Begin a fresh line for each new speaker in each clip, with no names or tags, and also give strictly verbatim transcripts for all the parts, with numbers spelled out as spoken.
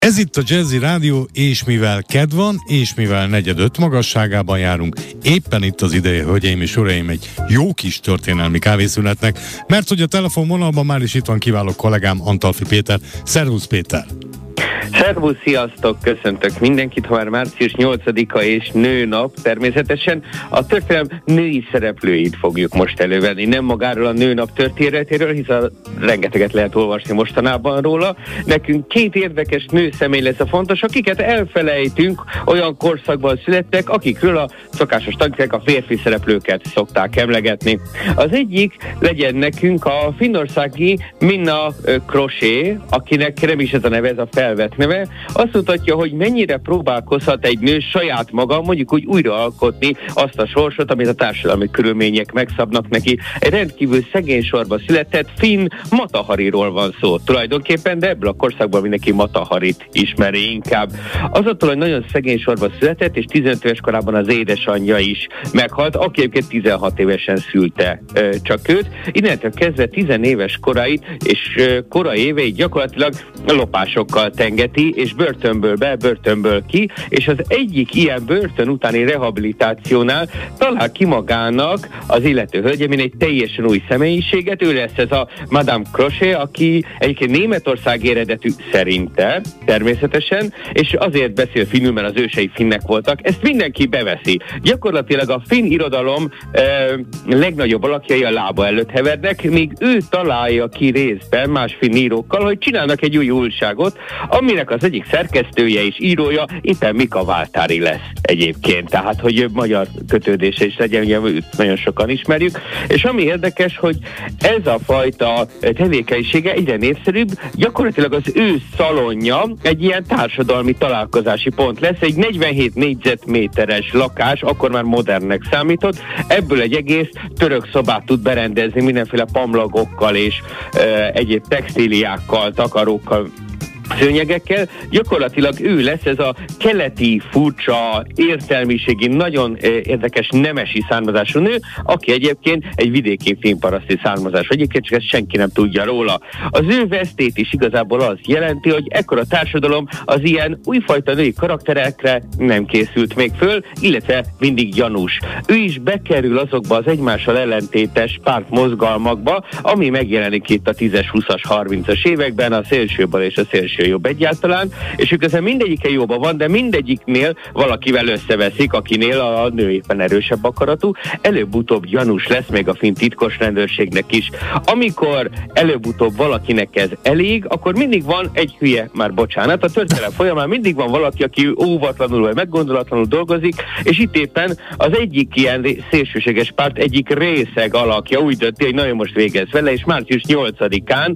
Ez itt a Jazzy Rádió, és mivel kedv van, és mivel negyed öt magasságában járunk, éppen itt az ideje, hölgyeim és uraim, egy jó kis történelmi kávészünetnek, mert hogy a telefonvonalban már is itt van kiváló kollégám, Antalfi Péter. Szervusz, Péter!
Szervusz, sziasztok! Köszöntök mindenkit, ha már március nyolcadika és nőnap, természetesen a történelem női szereplőit fogjuk most elővenni. Nem magáról a nőnap történetéről, hiszen rengeteget lehet olvasni mostanában róla. Nekünk két érdekes nőszemély lesz a fontos, akiket elfelejtünk, olyan korszakban születtek, akikről a szokásos tagják a férfi szereplőket szokták emlegetni. Az egyik legyen nekünk a finnországi Minna Crochet, akinek nem is ez a neve, ez a felvett neve, azt mutatja, hogy mennyire próbálkozhat egy nő saját maga, mondjuk úgy újraalkotni azt a sorsot, amit a társadalmi körülmények megszabnak neki. Egy rendkívül szegény sorba született finn Mata Hariról van szó tulajdonképpen, de ebből a korszakban mindenki Mata Harit ismeri inkább. Azattól, hogy nagyon szegény sorba született, és tizenöt éves korában az édesanyja is meghalt, aki egyébként tizenhat évesen szülte ö, csak őt. Innentől kezdve tizenéves koráit és ö, korai éveit gyakorlatilag lopásokkal tengeti, és börtönből be, börtönből ki, és az egyik ilyen börtön utáni rehabilitációnál talál ki magának az illető hölgyemin egy teljesen új személyiséget. Ő lesz ez a Madame Crochet, aki egyébként Németország eredetű szerinte, természetesen, és azért beszél finnül, mert az ősei finnek voltak. Ezt mindenki beveszi. Gyakorlatilag a finn irodalom e, legnagyobb alakjai a lába előtt hevernek, míg ő találja ki részben más finn írókkal, hogy csinálnak egy új újságot, aminek az egyik szerkesztője és írója éppen Mika Váltári lesz egyébként. Tehát, hogy magyar kötődése is legyen, ugye őt nagyon sokan ismerjük. És ami érdekes, hogy ez a fajta tevékenysége egyre népszerűbb, gyakorlatilag az ő szalonja egy ilyen társadalmi találkozási pont lesz, egy negyvenhét négyzetméteres lakás, akkor már modernnek számított, ebből egy egész török szobát tud berendezni mindenféle pamlagokkal és e, egyéb textíliákkal, takarókkal, szőnyegekkel. Gyakorlatilag ő lesz ez a keleti, furcsa, értelmiségi, nagyon érdekes nemesi származású nő, aki egyébként egy vidéki filmparaszti származás. Egyébként csak ezt senki nem tudja róla. Az ő vesztét is igazából az jelenti, hogy ekkora társadalom az ilyen újfajta női karakterekre nem készült még föl, illetve mindig gyanús. Ő is bekerül azokba az egymással ellentétes pártmozgalmakba, ami megjelenik itt a tízes, huszas, harmincas években, a szélsőbal és a szélső jobb egyáltalán, és ők ezen mindegyike jóban van, de mindegyiknél valakivel összeveszik, akinél a nő éppen erősebb akaratú, előbb-utóbb gyanús lesz még a finn titkos rendőrségnek is. Amikor előbb-utóbb valakinek ez elég, akkor mindig van egy hülye, már bocsánat, a történelem folyamán mindig van valaki, aki óvatlanul vagy meggondolatlanul dolgozik, és itt éppen az egyik ilyen szélsőséges párt egyik részeg alakja úgy dönti, hogy nagyon most végez vele, és március nyolcadikán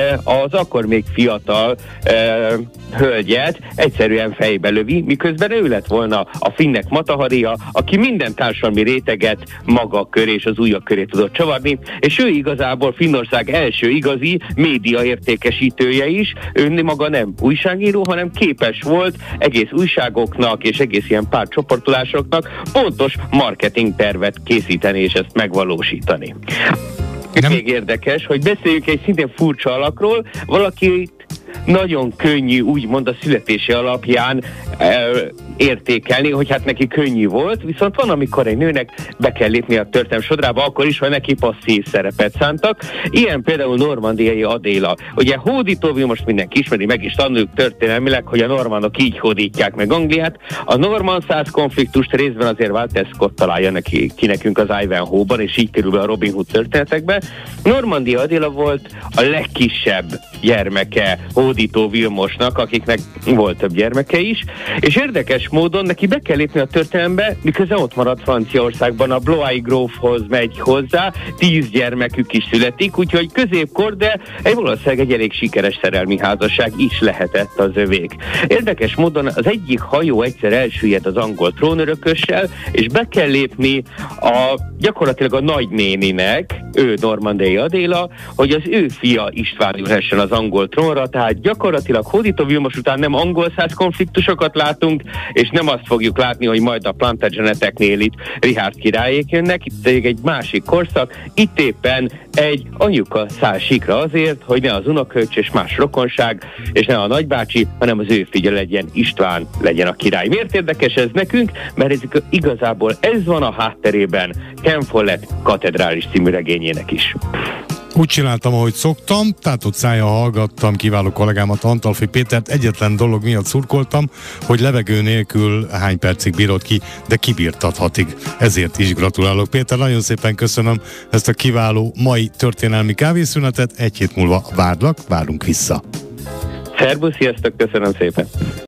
az akkor még fiatal Uh, hölgyet egyszerűen fejbe lövi, miközben ő lett volna a finnek Mata Haria, aki minden társadalmi réteget maga köré és az ujjak köré tudott csavarni, és ő igazából Finnország első igazi média értékesítője is. Ő maga nem újságíró, hanem képes volt egész újságoknak és egész ilyen pártcsoportolásoknak pontos marketing tervet készíteni és ezt megvalósítani. Nem. Még érdekes, hogy beszéljük egy szintén furcsa alakról, valaki nagyon könnyű, úgymond a születése alapján e, értékelni, hogy hát neki könnyű volt, viszont van, amikor egy nőnek be kell lépni a történelem sodrába, akkor is, ha neki passzív szerepet szántak. Ilyen például normandiai Adéla. Ugye hódítóvő, most mindenki ismeri, meg is tanuljuk történelmileg, hogy a normannok így hódítják meg Angliát. A norman-szász konfliktust részben azért Walter Scott találja neki, ki nekünk az Ivanhoe-ban, és így kerül be a Robin Hood történetekbe. Normandia Adéla volt a legkisebb gyermeke hódító Vilmosnak, akiknek volt több gyermeke is, és érdekes módon neki be kell lépni a történelembe, miközben ott maradt Franciaországban, a Blois grófhoz megy hozzá, tíz gyermekük is születik, úgyhogy középkor, de egy valószínűleg egy elég sikeres szerelmi házasság is lehetett az övék. Érdekes módon az egyik hajó egyszer elsüllyed az angol trónörökössel, és be kell lépni a gyakorlatilag a nagynéninek, ő Normandiai Adéla, hogy az ő fia István ülhessen az angol trónra, tehát gyakorlatilag Hódító Vilmos után nem angol-szász konfliktusokat látunk, és nem azt fogjuk látni, hogy majd a Plantageneteknél itt Richárd királyék jönnek, itt egy másik korszak, itt éppen egy anyuka száll síkra azért, hogy ne az unokölcs és más rokonság, és ne a nagybácsi, hanem az ő figye legyen, István legyen a király. Miért érdekes ez nekünk? Mert ez igazából ez van a hátterében Ken Follett Katedrális című regényének is.
Úgy csináltam, ahogy szoktam, tehát ott szája hallgattam kiváló kollégámat, Antalfi Pétert, egyetlen dolog miatt szurkoltam, hogy levegő nélkül hány percig bírod ki, de kibírtathatig. Ezért is gratulálok. Péter, nagyon szépen köszönöm ezt a kiváló mai történelmi kávészünetet, egy hét múlva várlak, várunk vissza.
Szervusz, sziasztok, köszönöm szépen!